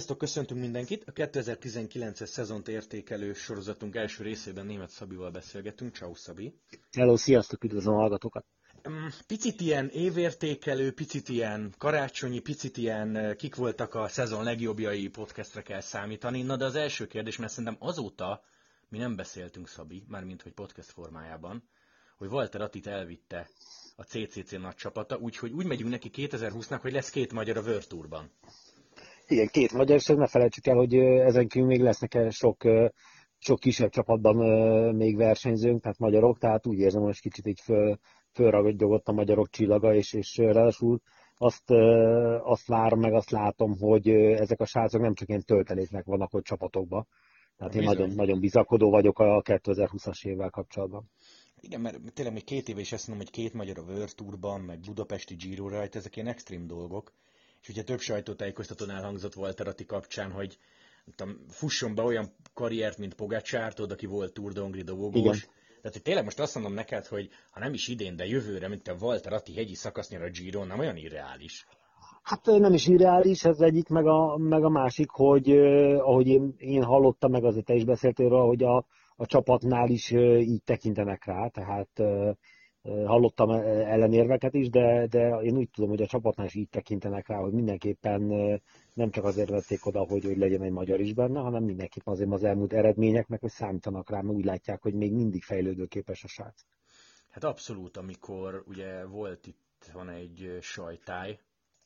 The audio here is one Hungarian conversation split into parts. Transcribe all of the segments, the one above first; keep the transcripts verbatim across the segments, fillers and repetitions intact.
Sziasztok, köszöntünk mindenkit! A kétezer-tizenkilences szezont értékelő sorozatunk első részében Németh Szabival beszélgetünk. Ciao Szabi! Hello, sziasztok, üdvözlöm a hallgatókat! Picit ilyen évértékelő, picit ilyen karácsonyi, picit ilyen kik voltak a szezon legjobbjai podcastre kell számítani. Na de az első kérdés, mert szerintem azóta mi nem beszéltünk, Szabi, mármint hogy podcast formájában, hogy Walter Attit elvitte a cé cé cé nagy csapata, úgyhogy úgy megyünk neki kétezer-húsznak, hogy lesz két magyar a World Tourban. Igen, két magyar, és ne felejtsük el, hogy ezen kívül még lesznek sok, sok kisebb csapatban még versenyzőnk, tehát magyarok, tehát úgy érzem, hogy kicsit így föl, fölragadjogott a magyarok csillaga, és, és ráadásul azt, azt várom meg, azt látom, hogy ezek a srácok nem csak ilyen tölteléknek vannak ott csapatokban. Tehát én nagyon, nagyon bizakodó vagyok a kétezer-húszas évvel kapcsolatban. Igen, mert tényleg még két éve is azt mondom, hogy két magyar a World Tourban, meg budapesti Giro rajta, ezek ilyen extrém dolgok. És ugye több sajtótájékoztatón elhangzott Walter Atti kapcsán, hogy tudom, fusson be olyan karriert, mint Pogačar, tudod, aki volt Tour de Hongrie dobogós. Tehát, hogy tényleg most azt mondom neked, hogy ha nem is idén, de jövőre, mint a Walter Atti hegyi szakasznyira a Giron, nem olyan irreális. Hát nem is irreális, ez egyik, meg a, meg a másik, hogy eh, ahogy én, én hallottam, meg azért te is beszéltél róla, hogy a, a csapatnál is eh, így tekintenek rá, tehát eh, hallottam ellenérveket is, de, de én úgy tudom, hogy a csapatnál is így tekintenek rá, hogy mindenképpen nem csak azért vették oda, hogy, hogy legyen egy magyar is benne, hanem mindenképpen azért az elmúlt eredményeknek, hogy számítanak rá, mert úgy látják, hogy még mindig fejlődőképes a srác. Hát abszolút, amikor ugye volt itt van egy sajtály,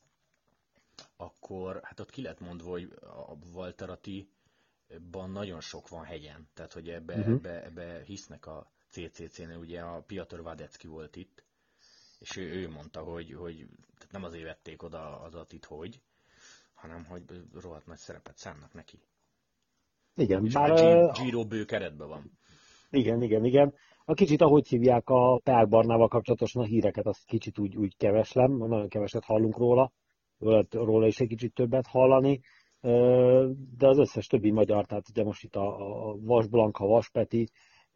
akkor hát ott ki lett mondva, hogy a Walter Attiban nagyon sok van hegyen, tehát hogy ebbe, uh-huh. ebbe, ebbe hisznek a cé cé cé-nél, ugye a Piotr Vadecki volt itt, és ő, ő mondta, hogy, hogy tehát nem azért vették oda az Attit, hogy, hanem hogy rohadt nagy szerepet szánnak neki. Igen, és bár... a Giro bő keretben van. Igen, igen, igen. A kicsit, ahogy hívják a Peák Barnával kapcsolatosan a híreket, azt kicsit úgy, úgy keveslem, nagyon keveset hallunk róla, róla is egy kicsit többet hallani, de az összes többi magyar, tehát ugye most itt a, a Vas Blanka, Vas Peti,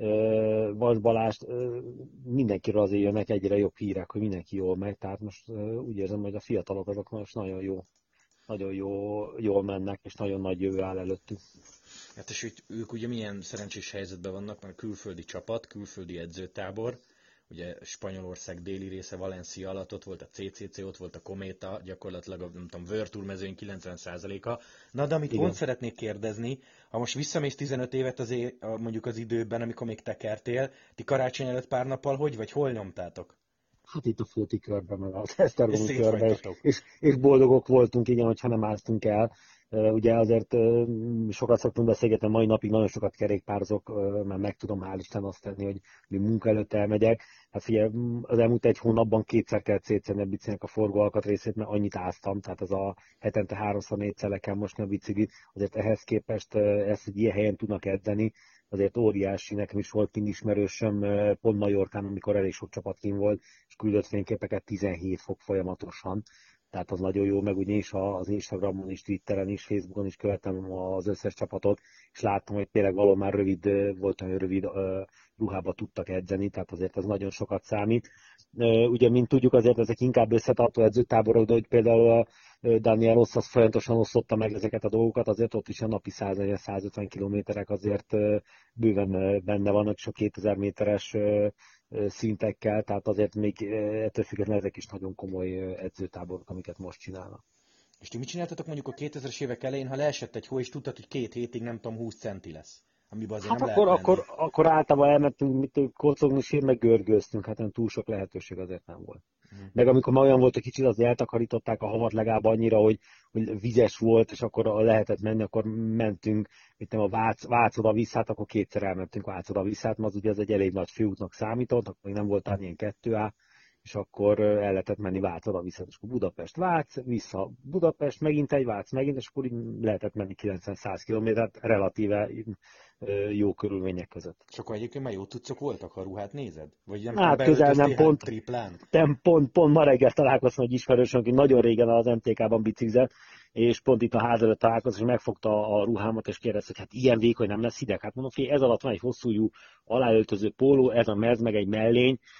Vas Balázs, mindenkiről azért jönnek egyre jobb hírek, hogy mindenki jól megy, tehát most úgy érzem, hogy a fiatalok azok most nagyon jó, nagyon jó, jól mennek, és nagyon nagy jövő áll előttük. Hát és ők ugye milyen szerencsés helyzetben vannak, mert külföldi csapat, külföldi edzőtábor, ugye Spanyolország déli része, Valencia alatt ott volt a cé cé cé, ott volt a Kométa, gyakorlatilag a nem tudom, World Tour mezőny kilencven százaléka. Na de amit pont szeretnék kérdezni, ha most visszamész tizenöt évet az é, mondjuk az időben, amikor még tekertél, ti karácsony előtt pár nappal hogy vagy hol nyomtátok? Hát itt a Fóti körben, meg az Esztergomi körben, és, és, és boldogok voltunk, igen, hogyha nem áztunk el. Uh, ugye azért uh, sokat szoktunk beszélgetni, mai napig nagyon sokat kerékpározok, uh, mert meg tudom hál' Isten azt tenni, hogy mi munka előtt elmegyek. Hát figyelj, az elmúlt egy hónapban kétszer kellett szétszedni a biciklinek a forgóalkatrészét, mert annyit áztam, tehát ez a hetente háromszor négyszer le kell mosni a biciklit. Azért ehhez képest uh, ezt, hogy ilyen helyen tudnak edzeni, azért óriási. Nekem is volt kint ismerősöm, uh, pont Majorkán, amikor elég sok csapat kint volt, és küldött fényképeket tizenhét fok folyamatosan. Tehát az nagyon jó, meg ugyanis az Instagramon is, Twitteren is, Facebookon is követem az összes csapatot, és láttam, hogy tényleg valóban már rövid, volt olyan rövid uh, ruhába tudtak edzeni, tehát azért ez nagyon sokat számít. Uh, ugye, mint tudjuk, azért ezek inkább összetartó edzőtáborok, de hogy például a Daniel Oss az folyamatosan osztotta meg ezeket a dolgokat, azért ott is a napi száz-százötven kilométerek azért uh, bőven benne vannak, és a kétezer méteres uh, szintekkel, tehát azért még ettől függetlenül ezek is nagyon komoly edzőtáborok, amiket most csinálnak. És ti mit csináltatok mondjuk a kétezres évek elején, ha leesett egy hó, és tudtad, hogy két hétig nem tudom, húsz centi lesz? Amiben azért hát nem akkor, lehet akkor, akkor általában elmentünk, mit kocogni, sír, meg görgőztünk, hát nem túl sok lehetőség azért nem volt. Hmm. Meg amikor már olyan volt, hogy kicsit az eltakarították a havat legalább annyira, hogy, hogy vizes volt, és akkor lehetett menni, akkor mentünk, mit nem a Vác, Vác oda visszát, akkor kétszer elmentünk Vác oda visszát, mert az ugye ez egy elég nagy főútnak számított, akkor még nem volt ilyen kettő á, és akkor el lehetett menni Vác oda vissza, és akkor Budapest, Vác, vissza Budapest, megint egy Vác, megint, és akkor így lehetett menni kilencven-száz kilométert relatíve jó körülmények között. És akkor egyébként már jó tucok voltak, ha a ruhát nézed? Vagy nem hát közel nem, pont, triplán? Nem, pont, pont ma reggel találkoztam egy ismerősöm, aki nagyon régen az em té ká-ban biciklizett, és pont itt a ház előtt találkoztam, és megfogta a ruhámat, és kérdezte, hogy hát ilyen vékony nem lesz hideg. Hát mondom, hogy ez alatt van egy hosszújú aláöltöző póló, ez a mez, meg egy mellény.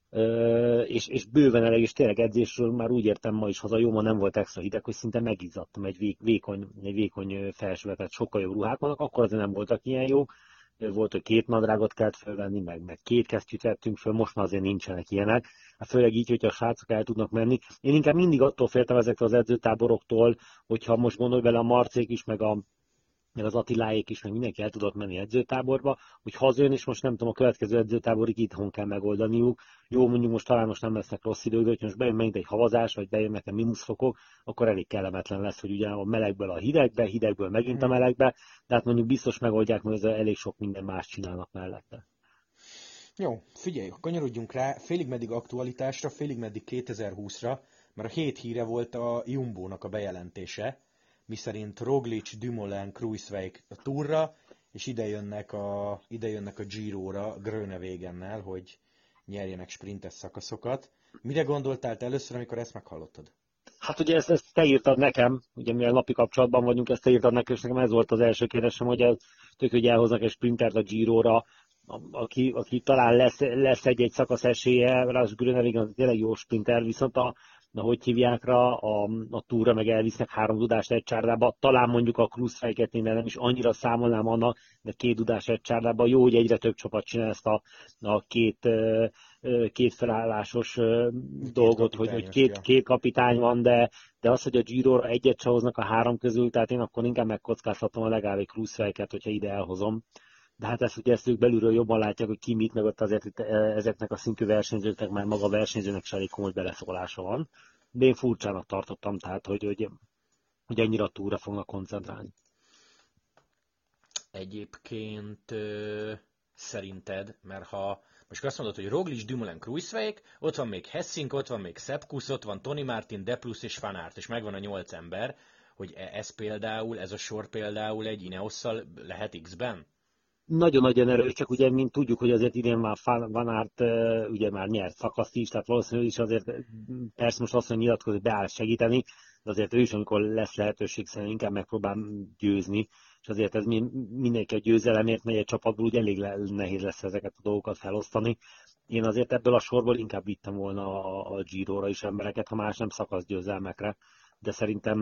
és, és bőven elég, és tényleg edzésről már úgy értem ma is haza, jó, ma nem volt extra hideg, hogy szinte megizzadtam egy vé, vékony, egy vékony felsővetet, sokkal jobb ruhák vannak, akkor azért nem voltak ilyen jók, volt, hogy két nadrágot kellett felvenni, meg, meg két kesztyűt vettünk föl, most már azért nincsenek ilyenek. Hát főleg így, hogyha a srácok el tudnak menni. Én inkább mindig attól féltem ezektől az edzőtáboroktól, hogyha most gondolj bele a Marcék is, meg a meg az Attiláék is, meg mindenki el tudott menni edzőtáborba, hogy hazajön, és most nem tudom, a következő edzőtáborig itthon kell megoldaniuk. Jó, mondjuk most talán most nem lesznek rossz idők, de hogyha most bejön megint egy havazás, vagy bejön nekem mínuszfokok, akkor elég kellemetlen lesz, hogy ugye a melegből a hidegbe, hidegből megint a melegbe, de hát mondjuk biztos megoldják, mert elég sok minden más csinálnak mellette. Jó, figyelj, kanyarodjunk rá, félig meddig aktualitásra, félig meddig kétezer-húszra, mert a hét híre volt a Jumbo-nak a bejelentése, miszerint Roglic, Dumoulin, Kruijswijk a Tourra, és ide jönnek a, ide jönnek a Giro-ra Groenewegennel, hogy nyerjenek sprintes szakaszokat. Mire gondoltál te először, amikor ezt meghallottad? Hát ugye ezt, ezt te írtad nekem, ugye mivel napi kapcsolatban vagyunk, ezt te írtad nekem, és nekem ez volt az első kérdésem, hogy ez tök, hogy elhoznak egy sprintert a Giro-ra, aki, aki talán lesz, lesz egy-egy szakasz esélye, ráadásul Groenewegen az tényleg jó sprinter, viszont a na, hogy hívják rá, a, a túra meg elvisznek három dudást egy csárdába, talán mondjuk a Kruijswijket én nem is annyira számolnám annak, de két dudás egy csárdába. Jó, hogy egyre több csapat csinál ezt a, a két, két felállásos két dolgot, hogy, hogy két, két kapitány van, de, de az, hogy a Giro-ra egyet se hoznak a három közül, tehát én akkor inkább megkockáztatom a legalább egy Kruijswijket, hogyha ide elhozom. De hát ezt ugye ezt ők belülről jobban látják, hogy ki mit, meg ott azért itt, ezeknek a szintű versenyzőknek már maga a versenyzőnek se elég komoly beleszólása van. De én furcsának tartottam, tehát, hogy, hogy, hogy ennyire a túra fognak koncentrálni. Egyébként ö, szerinted, mert ha most azt mondod, hogy Roglic, Dumoulin, Kruijswijk, ott van még Hessink, ott van még Sepp Kuss, ott van Tony Martin, De Plus és Van Aert, és megvan a nyolc ember, hogy ez például, ez a sor például egy Ineosszal lehet X-ben? Nagyon-nagyon erős, csak ugye, mint tudjuk, hogy azért idén már Van Aert ugye már nyert szakaszt is, tehát valószínűleg is azért, persze most azt mondja, nyilatkozik, hogy beáll segíteni, de azért ő is, amikor lesz lehetőség, szerintem inkább megpróbál győzni, és azért ez mindenki a győzelemért megy egy csapatból, ugye elég nehéz lesz ezeket a dolgokat felosztani. Én azért ebből a sorból inkább vittem volna a, a Giro-ra is embereket, ha más nem szakaszgyőzelmekre, de szerintem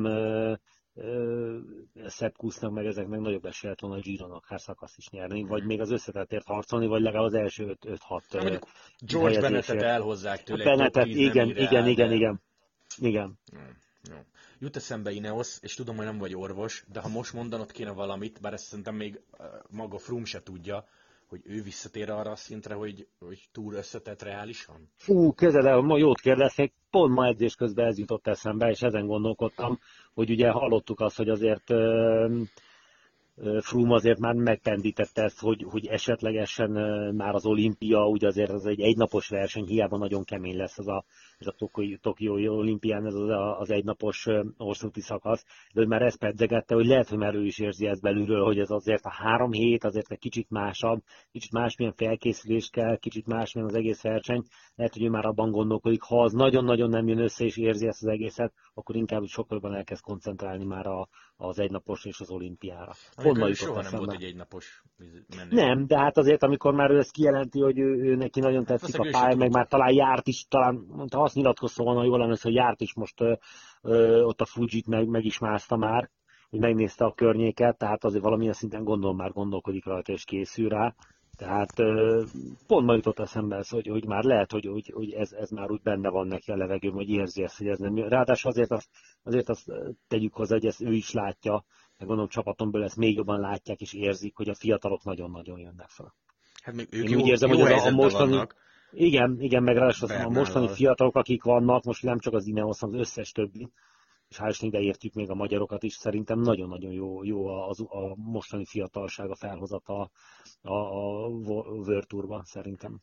Sepp Kussnak meg ezeknek nagyobb esélye lett volna a Giron akár szakasz is nyerni, vagy még az összetettért harcolni, vagy legalább az első öt-hat George Bennettet elhozzák tőle. Bennettet, igen, igen, igen, igen, igen, igen. Jó. Jut eszembe Ineos, és tudom, hogy nem vagy orvos, de ha most mondanod kéne valamit, bár ezt szerintem még maga Froome se tudja, hogy ő visszatér arra a szintre, hogy, hogy túl összetett reálisan? Fú, közel, ma jót kérdezték, pont ma edzés közben ez jutott eszembe, és ezen gondolkodtam, hogy ugye hallottuk azt, hogy azért uh, Froome azért már megpendítette ezt, hogy, hogy esetlegesen uh, már az olimpia, ugye azért az egy egynapos verseny, hiába nagyon kemény lesz az a, ez a Tokiói olimpián, ez az, a, az egynapos uh, országúti szakasz, de hogy már ezt pedzegette, hogy lehet, hogy már ő is érzi ezt belülről, hogy ez azért a három hét azért egy kicsit másabb, kicsit másmilyen felkészülés kell, kicsit másmilyen az egész verseny, lehet, hogy ő már abban gondolkodik, ha az nagyon-nagyon nem jön össze és érzi ezt az egészet, akkor inkább sokkal jobban elkezd koncentrálni már a, az egynapos és az olimpiára. Amikor soha nem volt egy egynapos menő. Nem, de hát azért, amikor már ő ezt kijelenti, hogy ő, ő neki nagyon tetszik hát, a pálya, meg már talán járt is, talán, ha azt nyilatkozta volna, jól lenne, hogy járt is most ö, ö, ott a Fujit meg, meg is mászta már, hogy megnézte a környéket, tehát azért valamilyen szinten gondolom már gondolkodik rajta és készül rá. Tehát pont ma jutott eszembe ez, hogy, hogy már lehet, hogy, hogy, hogy ez, ez már úgy benne van neki a levegőben, hogy érzi ezt, hogy ez nem jön. Ráadásul azért azt, azért azt tegyük hozzá, hogy ezt ő is látja, meg gondolom csapatomból ezt még jobban látják és érzik, hogy a fiatalok nagyon-nagyon jönnek fel. Hát még ők Én jó, úgy érzem, jó hogy a, a mostani, vannak. Igen, igen, meg ráadásul a mostani fiatalok, akik vannak, most nem csak az Ineos, hanem az összes többi, és hál' Isten ide értjük még a magyarokat is, szerintem nagyon-nagyon jó, jó az, a mostani fiatalság, a felhozata a, a World Tourban szerintem.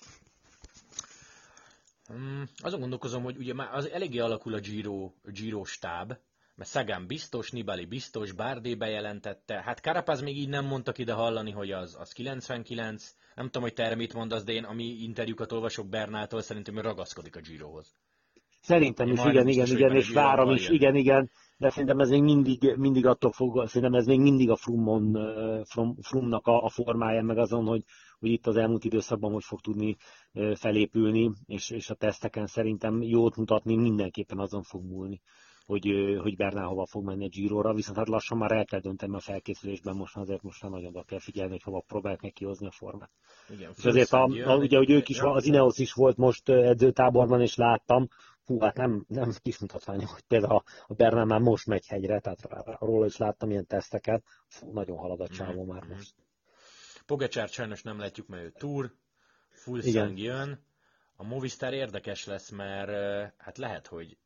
Hmm, azon gondolkozom, hogy ugye már az eléggé alakul a Giro, Giro stáb, mert Sagan biztos, Nibali biztos, Bardet bejelentette, hát Carapaz még így nem mondtak ide hallani, hogy az, az kilencvenkilenc, nem tudom, hogy te erre mit mondasz, de én ami interjúkat olvasok Bernától, szerintem ő ragaszkodik a Girohoz. Szerintem is, igen, igen, igen, és várom is, igen, igen. De szerintem ez még mindig, mindig attól fog, szerintem ez még mindig a Froome-on, Froome-nak a, a formája, meg azon, hogy, hogy itt az elmúlt időszakban hogy fog tudni felépülni, és, és a teszteken szerintem jót mutatni mindenképpen azon fog múlni, hogy, hogy Bernal hova fog menni a Girora, viszont hát lassan már el kell dönteni a felkészülésben, most azért most már nagyon oda kell figyelni, hogy hova próbálják meg kihozni a formát. Igen, és azért a, a, ugye, hogy ők is, az Ineos is volt most edzőtáborban, és láttam, hú, hát nem, nem kis mutatvány, hogy például a, a Bernal már most megy hegyre, tehát róla is láttam ilyen teszteket, fú, nagyon halad a csávó mm-hmm. már most. Pogačar sajnos nem látjuk, mert ő Tour, Fuglsang jön, a Movistar érdekes lesz, mert hát lehet, hogy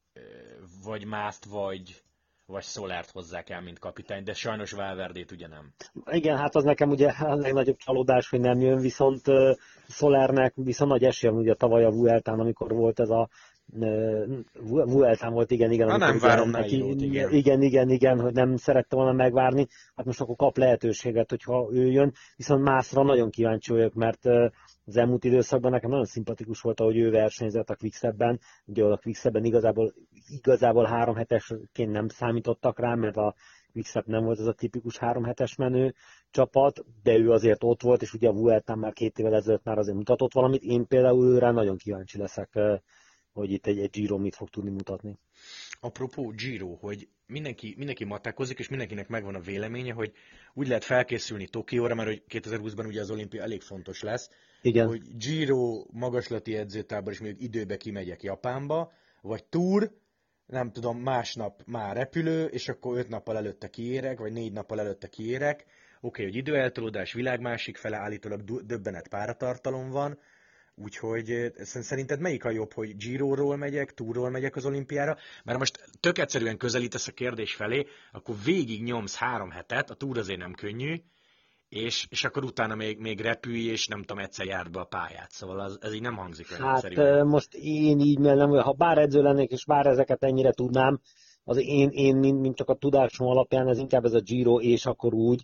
vagy Mászt, vagy, vagy Solert hozzák el, mint kapitány, de sajnos Valverdét ugye nem. Igen, hát az nekem ugye a legnagyobb csalódás, hogy nem jön, viszont uh, Solernek viszont nagy esélye ugye tavaly a Vueltán, amikor volt ez a uh, Vueltán volt, igen, igen. Ha nem várom neki, igen. igen, igen, igen, hogy nem szerette volna megvárni, hát most akkor kap lehetőséget, hogyha ő jön, viszont Másra nagyon kíváncsi vagyok, mert uh, az elmúlt időszakban nekem nagyon szimpatikus volt, ahogy ő versenyzett a Quickstepben, ugye a Quickstepben igazából, igazából három hetesként nem számítottak rá, mert a Quickstep nem volt ez a tipikus három hetes menő csapat, de ő azért ott volt, és ugye a Vueltán már két évvel ezelőtt már azért mutatott valamit. Én például őre nagyon kíváncsi leszek, hogy itt egy, egy Giro mit fog tudni mutatni. Apropó Giro, hogy mindenki, mindenki matákozik, és mindenkinek megvan a véleménye, hogy úgy lehet felkészülni Tokióra, mert hogy kétezer-húszban ugye az olimpia elég fontos lesz, igen. hogy Giro magaslati edzőtábor, és még időbe kimegyek Japánba, vagy Tour, nem tudom, másnap már repülő, és akkor öt nappal előtte kiérek, vagy négy nappal előtte kiérek. Oké, okay, hogy időeltolódás, világ másik fele, állítólag döbbenet páratartalom van, úgyhogy szerinted melyik a jobb, hogy Giroról megyek, Tourról megyek az olimpiára? Mert most tök egyszerűen közelítesz a kérdés felé, akkor végig nyomsz három hetet, a Tour azért nem könnyű, és, és akkor utána még, még repülj, és nem tudom, egyszer járt be a pályát. Szóval az, ez így nem hangzik olyan hát, egyszerűen. Hát most én így mellem, ha bár edző lennék, és bár ezeket ennyire tudnám, az én, én mint, mint csak a tudásom alapján, ez inkább ez a Giro, és akkor úgy.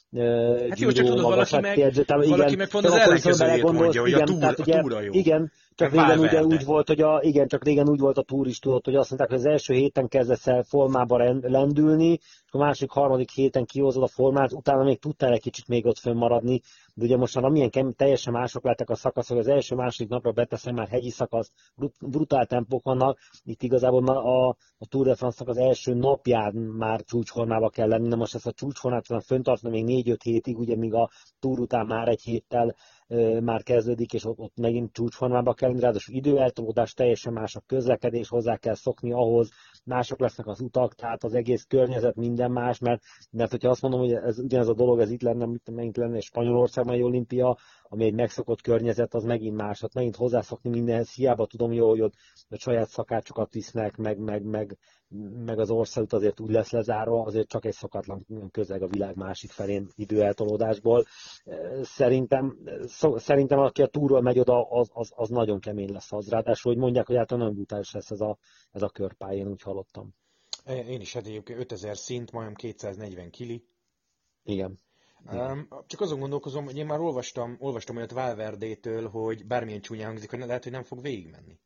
Uh, hát jó, csak tudod, valaki meg, edző, valaki igen, meg pont az ellenkezőjét mondja, hogy igen, a, túr, tehát, ugye, a túra jó. Igen, csak régen ugye úgy volt, hogy a, igen, csak régen úgy volt a Tour is tudott, hogy azt mondták, hogy az első héten kezdesz el formába lendülni, és a másik, harmadik héten kihozod a formát, utána még tudtál egy kicsit még ott fönnmaradni, de ugye most már amilyen kem, teljesen mások lettek a szakaszok, az első, második napra beteszem már hegyi szakasz, brutál tempók vannak, itt igazából a, a Tour de France-nak az első napján már csúcsformába kell lenni, de most ezt a csúcsformát tudom föntartani még négy-öt hétig, ugye míg a Tour után már egy héttel e, már kezdődik, és ott, ott megint csúcsformába kell lenni, ráadásul időeltolódás, teljesen más a közlekedés, hozzá kell szokni ahhoz, mások lesznek az utak, tehát az egész környezet minden más, mert, mert hogyha azt mondom, hogy ez ugyanez a dolog, ez itt lenne, mint megint lenne Spanyolországban egy olimpia, ami egy megszokott környezet, az megint más, hát megint hozzászokni mindenhez, hiába tudom jó, hogy ott a saját szakácsokat visznek, meg, meg, meg, meg az országot azért úgy lesz lezárva, azért csak egy szokatlan közeg a világ másik felén időeltolódásból. Szerintem, szó, szerintem aki a túról megy oda, az, az, az nagyon kemény lesz az. Ráadásul, hogy mondják, hogy hát nagyon brutális lesz ez a, ez a körpálya, én úgy hallottam. Én is, hát egyébként ötezer szint, majdnem kétszáznegyven kili. Igen. Um, csak azon gondolkozom, hogy én már olvastam, olvastam olyat Valverdétől, hogy bármilyen csúnya hangzik, hogy lehet, hogy nem fog végigmenni.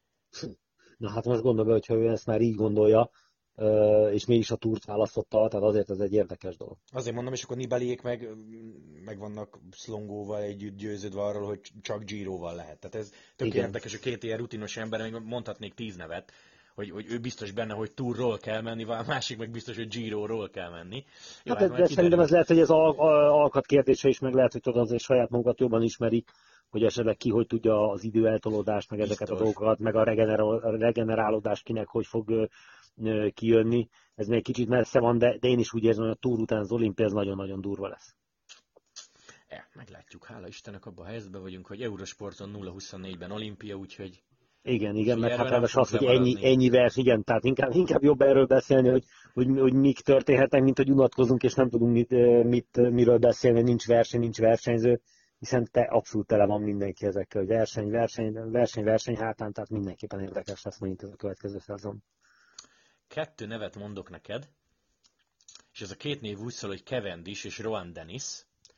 Na hát most gondolj be, hogyha ő ezt már így gondolja, és mégis a túrt választotta, tehát azért ez egy érdekes dolog. Azért mondom, és akkor Nibaliék meg, meg vannak Szlongóval együtt győződve arról, hogy csak Giroval lehet. Tehát ez tök igen. Érdekes, hogy két ilyen rutinos ember, még mondhatnék tíz nevet, hogy, hogy ő biztos benne, hogy Tourról kell menni, a másik meg biztos, hogy Giroról kell menni. Jó, hát, de, de szerintem ez lehet, hogy ez al- al- alkat kérdése is, meg lehet, hogy tudod, azért saját magukat jobban ismerik, hogy esetleg ki, hogy tudja az időeltolódást, meg biztos. Ezeket a dolgokat, meg a regenerálódást kinek, hogy fog kijönni. Ez még kicsit messze van, de, de én is úgy érzem, hogy a Tour után az olimpia ez nagyon-nagyon durva lesz. Ja, meglátjuk. Hála Istennek, abban a helyzetben vagyunk, hogy Eurosporton nulla huszonnégyben olimpia, úgyhogy... Igen, igen, mert hát ráadásul az, hogy ennyi, ennyi vers, igen, tehát inkább, inkább jobb erről beszélni, hogy, hogy, hogy mik történhetnek, mint hogy unatkozunk, és nem tudunk mit, mit, miről beszélni, nincs verseny, nincs versenyző, hiszen te abszolút tele van mindenki ezekkel, hogy verseny, verseny, verseny, verseny hátán, tehát mindenképpen érdekes lesz mondjuk ez a következő szezon. Kettő nevet mondok neked, és ez a két név úgy szól, hogy Cavendish és Rohan Dennis.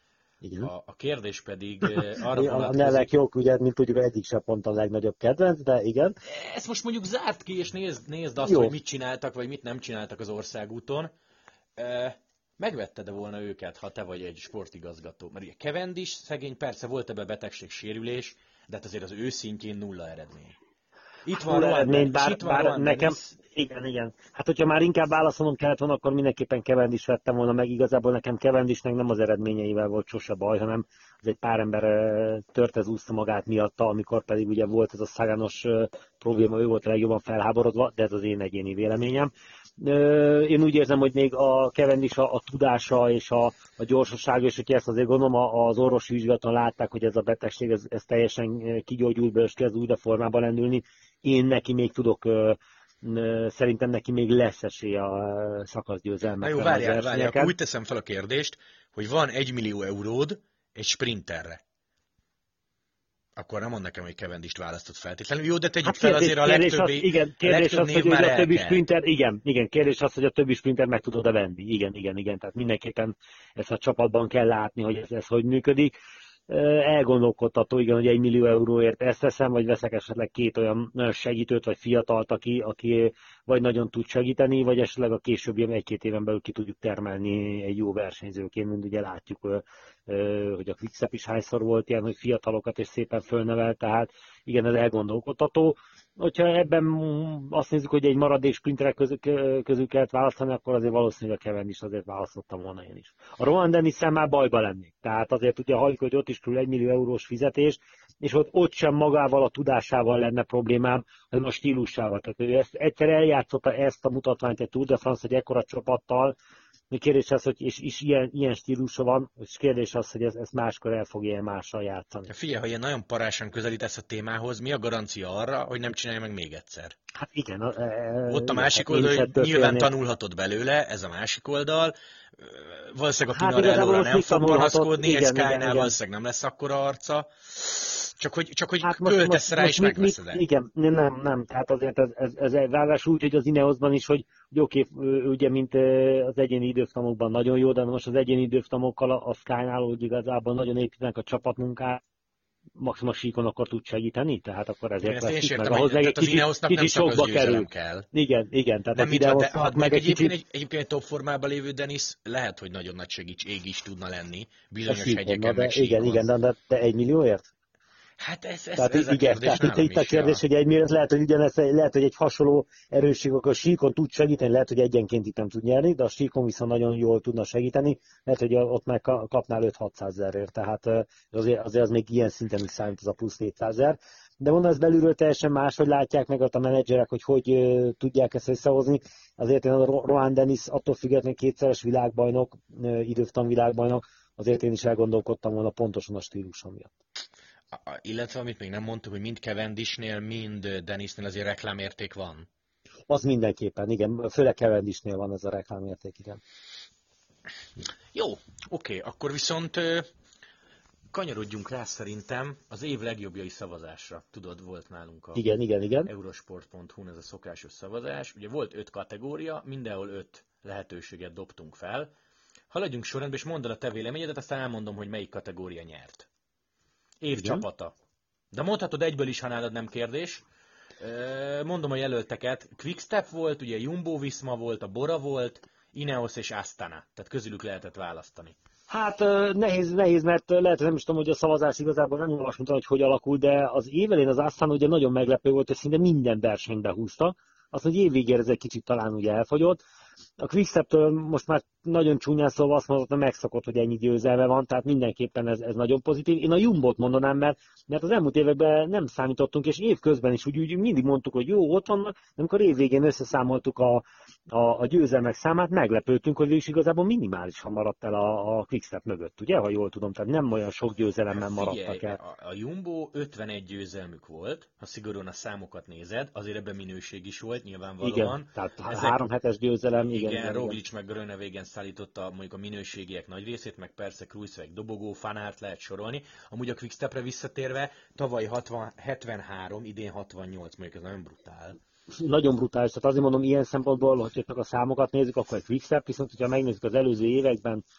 A, a kérdés pedig arra a vonatkozik... A nevek jók, ugye, mint tudjuk, egyik sem pont a legnagyobb kedvenc, de igen. Ezt most mondjuk zárt ki, és nézd, nézd azt, Jó. hogy mit csináltak, vagy mit nem csináltak az országúton. Megvetted-e volna őket, ha te vagy egy sportigazgató? Mert ugye Cavendish szegény, persze volt ebbe betegség, sérülés, de hát azért az ő szintjén nulla eredmény. Itt van Nulla eredmény, bár, bár, bár Rohan nekem, Dennis. igen, igen. Hát, hogyha már inkább válaszolnom kellett volna, akkor mindenképpen Cavendish vettem volna meg. Igazából nekem Cavendishnek nem az eredményeivel volt sose baj, hanem az egy pár ember törtezúzta magát miatta, amikor pedig ugye volt ez a Saganos probléma, ő volt a legjobban felháborodva, de ez az én egyéni véleményem. Én úgy érzem, hogy még a Cavendish a, a tudása és a, a gyorsasága, és hogyha ezt azért gondolom, az orvosi vizsgálaton látták, hogy ez a betegség ez, ez teljesen kigyógyult be, és kezd újra formában lendülni. Én neki még tudok, szerintem neki még lesz esély a szakaszgyőzelmekre. Na jó, várjál, várjál, akkor úgy teszem fel a kérdést, hogy van egy millió euród egy sprinterre. Akkor nem mond nekem, hogy Cavendisht választott feltétlenül. Jó, de tegyük hát fel azért a legtöbbi, az, igen, kérdés az, hogy már a többi sprinter, igen, igen, kérdés az, hogy a többi sprinter meg tudod-e venni. Igen, igen, igen, tehát mindenképpen ezt a csapatban kell látni, hogy ez, ez hogy működik. Elgondolkodtató, igen, hogy egy millió euróért ezt veszem, vagy veszek esetleg két olyan segítőt, vagy fiatalt, aki, aki vagy nagyon tud segíteni, vagy esetleg a későbbi egy-két éven belül ki tudjuk termelni egy jó versenyzőként, mint ugye látjuk, hogy a Quickstep is hányszor volt ilyen, hogy fiatalokat és szépen fölnevel, tehát igen, ez elgondolkodtató. Hogyha ebben azt nézzük, hogy egy maradék sprinterek közül, közül kellett választani, akkor azért valószínűleg a Cavendish azért választottam volna én is. A Rohan Dennis-szel már bajba lennék. Tehát azért ugye halljuk, hogy ott is körül egy millió eurós fizetés, és ott, ott sem magával a tudásával lenne problémám, hanem a stílusával. Tehát ő ezt, egyszer eljátszotta ezt a mutatványt egy Tour de France egy ekkora csapattal, kérdés az, hogy és, és ilyen, ilyen stílusa van, és kérdés az, hogy ez, ezt máskor el fogja mással játszani. Figyelj, ha ilyen nagyon parásan közelítesz a témához, mi a garancia arra, hogy nem csinálja meg még egyszer? Hát igen. E, Ott a másik hát oldal, hogy nyilván tanulhatod belőle, ez a másik oldal. Valószínűleg a Pinarellóra hát nem fog panaszkodni, egy Skynál valószínűleg nem lesz akkora arca. Csak hogy, csak hogy hát költesz rá, és megveszed el. Igen, nem, nem. Tehát azért ez, ez, ez ráadásul úgy, hogy az Ineosban is, hogy, hogy oké, ugye, mint az egyéni időftamokban nagyon jó, de most az egyéni időftamokkal a, a Skynál, hogy igazából nagyon építenek a csapatmunkát, maximum síkon akkor tud segíteni, tehát akkor ezért veszik meg. Ahhoz meg egy kicsit, kicsit sokba kerül. Kell. Igen, igen. Tehát nem mit, de, hát meg egy egyébként, egy, egyébként egy top formában lévő Dennis lehet, hogy nagyon nagy segítség is tudna lenni bizonyos hegyeken, meg síkon. Igen, igen, de, de egy millióért? Hát ez, ez, tehát ez igen, a kérdés tehát itt a kérdés, hogy egy milliót lehet, hogy ugyanez, lehet, hogy egy hasonló erősség, akkor a síkon tud segíteni, lehet, hogy egyenként itt nem tud nyerni, de a síkon viszont nagyon jól tudna segíteni, lehet, hogy ott meg kapnál öt-hatszázezerért, tehát azért, azért az még ilyen szinten is számít az a plusz hétszázezer. De mondom, ez belülről teljesen más, hogy látják meg ott a menedzserek, hogy hogy uh, tudják ezt összehozni. Azért én a Rohan Dennis attól függetlenül kétszeres világbajnok, uh, időftam világbajnok, azért én is elgondolkodtam volna pontosan a stílusom miatt. Illetve, amit még nem mondtuk, hogy mind Cavendishnél, mind Dennisnél azért reklámérték van. Az mindenképpen, igen. Főleg Cavendishnél van ez a reklámérték, igen. Jó, oké. Akkor viszont kanyarodjunk rá szerintem az év legjobbjai szavazásra. Tudod, volt nálunk a igen, igen, igen. eurosport pont hu-n ez a szokásos szavazás. Ugye volt öt kategória, mindenhol öt lehetőséget dobtunk fel. Haladjunk sorrendbe, és mondd el a te véleményedet, aztán elmondom, hogy melyik kategória nyert. Év igen. Csapata. De mondhatod egyből is, ha nálad nem kérdés. Mondom a jelölteket. Quickstep volt, ugye Jumbo-Visma volt, a Bora volt, Ineos és Astana. Tehát közülük lehetett választani. Hát nehéz, nehéz, mert lehet, hogy nem is tudom, hogy a szavazás igazából nem olvastam, hogy hogy alakul, de az évelén az Astana ugye nagyon meglepő volt, hogy szinte minden versenybe húzta. Azt, hogy évvégére ez egy kicsit talán ugye elfogyott. A Quicksteptől most már nagyon csúnyán szóval azt mondott, hogy megszokott, hogy ennyi győzelme van, tehát mindenképpen ez, ez nagyon pozitív. Én a Jumbot mondanám, mert, mert az elmúlt években nem számítottunk, és évközben is úgy, úgy mindig mondtuk, hogy jó, ott vannak, de amikor évvégén összeszámoltuk a, a, a győzelmek számát, meglepődtünk, hogy is igazából minimálisan maradt el a, a Quickstep mögött, ugye, ha jól tudom, tehát nem olyan sok győzelemmel maradtak el. A, a Jumbo ötvenegy győzelmük volt, ha szigorúan a számokat nézed, azért ebben minőség is volt, nyilvánvalóan. Igen, tehát Ezek... három hetes győzelem. Igen, igen, Roglic meg Groenewegen szállította mondjuk a minőségiek nagy részét, meg persze Kruijswijk, Dobogó, Van Aert lehet sorolni. Amúgy a Quickstepre visszatérve, tavaly hatvan, hetvenhárom, idén hatvannyolc, mondjuk ez nagyon brutál. Nagyon brutális, tehát azért mondom, ilyen szempontból, hogy csak a számokat nézzük, akkor egy Quickstep, viszont hogyha megnézzük az előző években,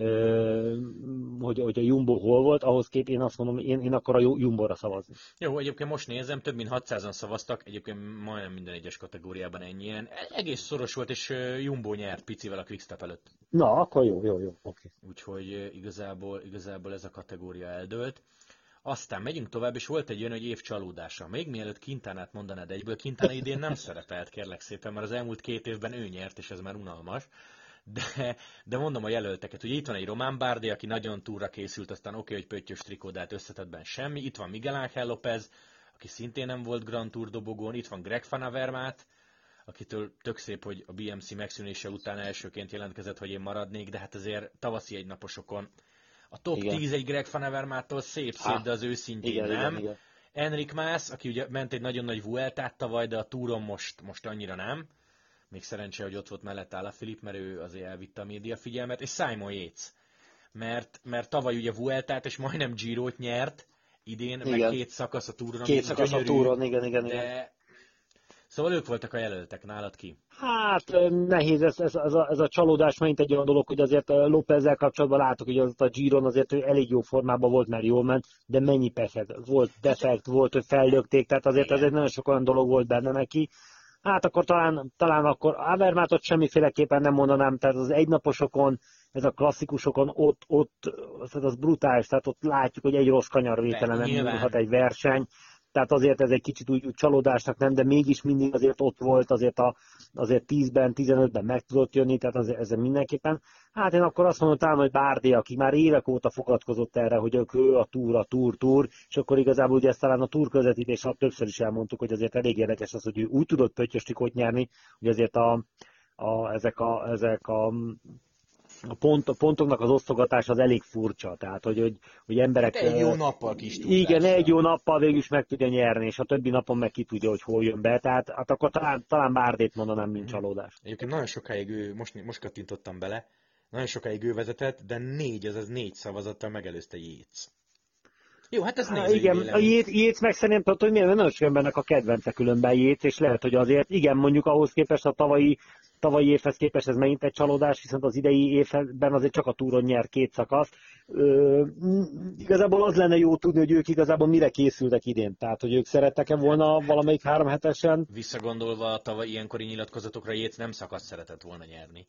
hogy, hogy a Jumbo hol volt, ahhoz kép én azt mondom, én, én akkor a Jumbóra szavazni. Jó, egyébként most nézem, több mint hatszázan szavaztak, egyébként majdnem minden egyes kategóriában ennyien. Egész szoros volt, és Jumbo nyert picivel a Quickstep előtt. Na, akkor jó, jó, jó, oké. Okay. Úgyhogy igazából, igazából ez a kategória eldőlt. Aztán megyünk tovább, és volt egy olyan, hogy év csalódása. Még mielőtt Quintanát mondanád egyből, Quintana idén nem szerepelt, kérlek szépen, mert az elmúlt két évben ő nyert, és ez már unalmas. De, de mondom a jelölteket, ugye itt van egy Román Bardet, aki nagyon túlra készült, aztán oké, okay, hogy pöttyös trikó, de hát összetettben semmi. Itt van Miguel Ángel López, aki szintén nem volt Grand Tour dobogón. Itt van Greg van Avermaet, akitől tök szép, hogy a bé em cé megszűnése után elsőként jelentkezett, hogy én maradnék, de hát azért tavaszi egynaposokon a top igen. tíz egy Greg van Avermaettól szép-szép, de az őszintén igen, nem. Igen, igen. Enric Mas, aki ugye ment egy nagyon nagy Vueltát tavaly, de a túron most, most annyira nem. Még szerencsé, hogy ott volt mellett Alaphilippe, mert ő azért elvitte a média figyelmet, és Simon Yates, mert, mert tavaly ugye Vueltát és majdnem Girót nyert, idén igen. meg két szakasz a túron. Két szakasz gyönyörű, a túron, igen, igen, igen. De... Szóval ők voltak a jelöltek, nálad ki? Hát nehéz, ez, ez, ez, a, ez a csalódás megint egy olyan dolog, hogy azért Lópezzel kapcsolatban látok, hogy az a Giron azért ő elég jó formában volt, mert jól ment, de mennyi peszed, volt defekt, volt, hogy fellökték, tehát azért, igen. azért nagyon sok olyan dolog volt benne neki. Hát akkor talán, talán akkor Avermaetot semmiféleképpen nem mondanám, tehát az egynaposokon, ez a klasszikusokon ott, ott az brutális, tehát ott látjuk, hogy egy rossz kanyarvételen nem múlhat egy verseny, tehát azért ez egy kicsit úgy, úgy csalódásnak nem, de mégis mindig azért ott volt, azért, a, azért tízben, tizenötben meg tudott jönni, tehát azért, ezzel mindenképpen. Hát én akkor azt mondom talán, hogy Bardet, aki már évek óta fogadkozott erre, hogy ő a túr, a túr, túr, és akkor igazából ugye ezt talán a túr közvetítés, többször is elmondtuk, hogy azért elég érdekes az, hogy ő úgy tudott pöttyös trikót nyerni, hogy azért a, a, ezek a, ezek a A, pont, a pontoknak az osztogatása az elég furcsa, tehát hogy, hogy, hogy emberek... Egy jó nappal kis tudás. Igen, egy jó nappal végül is meg tudja nyerni, és a többi napon meg ki tudja, hogy hol jön be, tehát hát akkor talán, talán Bardet mondanám, mint csalódás. Egyébként nagyon sokáig ő, most, most kattintottam bele, nagyon sokáig ő vezetett, de négy, azaz négy szavazattal megelőzte Yates. Jó, hát ez Há, igen, vélemény. A Yates meg szerintem, hogy milyen nagyon sok embernek a kedvence különben Yates, és lehet, hogy azért, igen, mondjuk ahhoz képest a tavalyi tavalyi évhez képest ez megint egy csalódás, viszont az idei évben azért csak a túron nyer két szakaszt. Ö, igazából az lenne jó tudni, hogy ők igazából mire készültek idén. Tehát, hogy ők szerettek-e volna valamelyik három hetesen. Visszagondolva a tavaly ilyenkori nyilatkozatokra, Yates nem szakasz szeretett volna nyerni.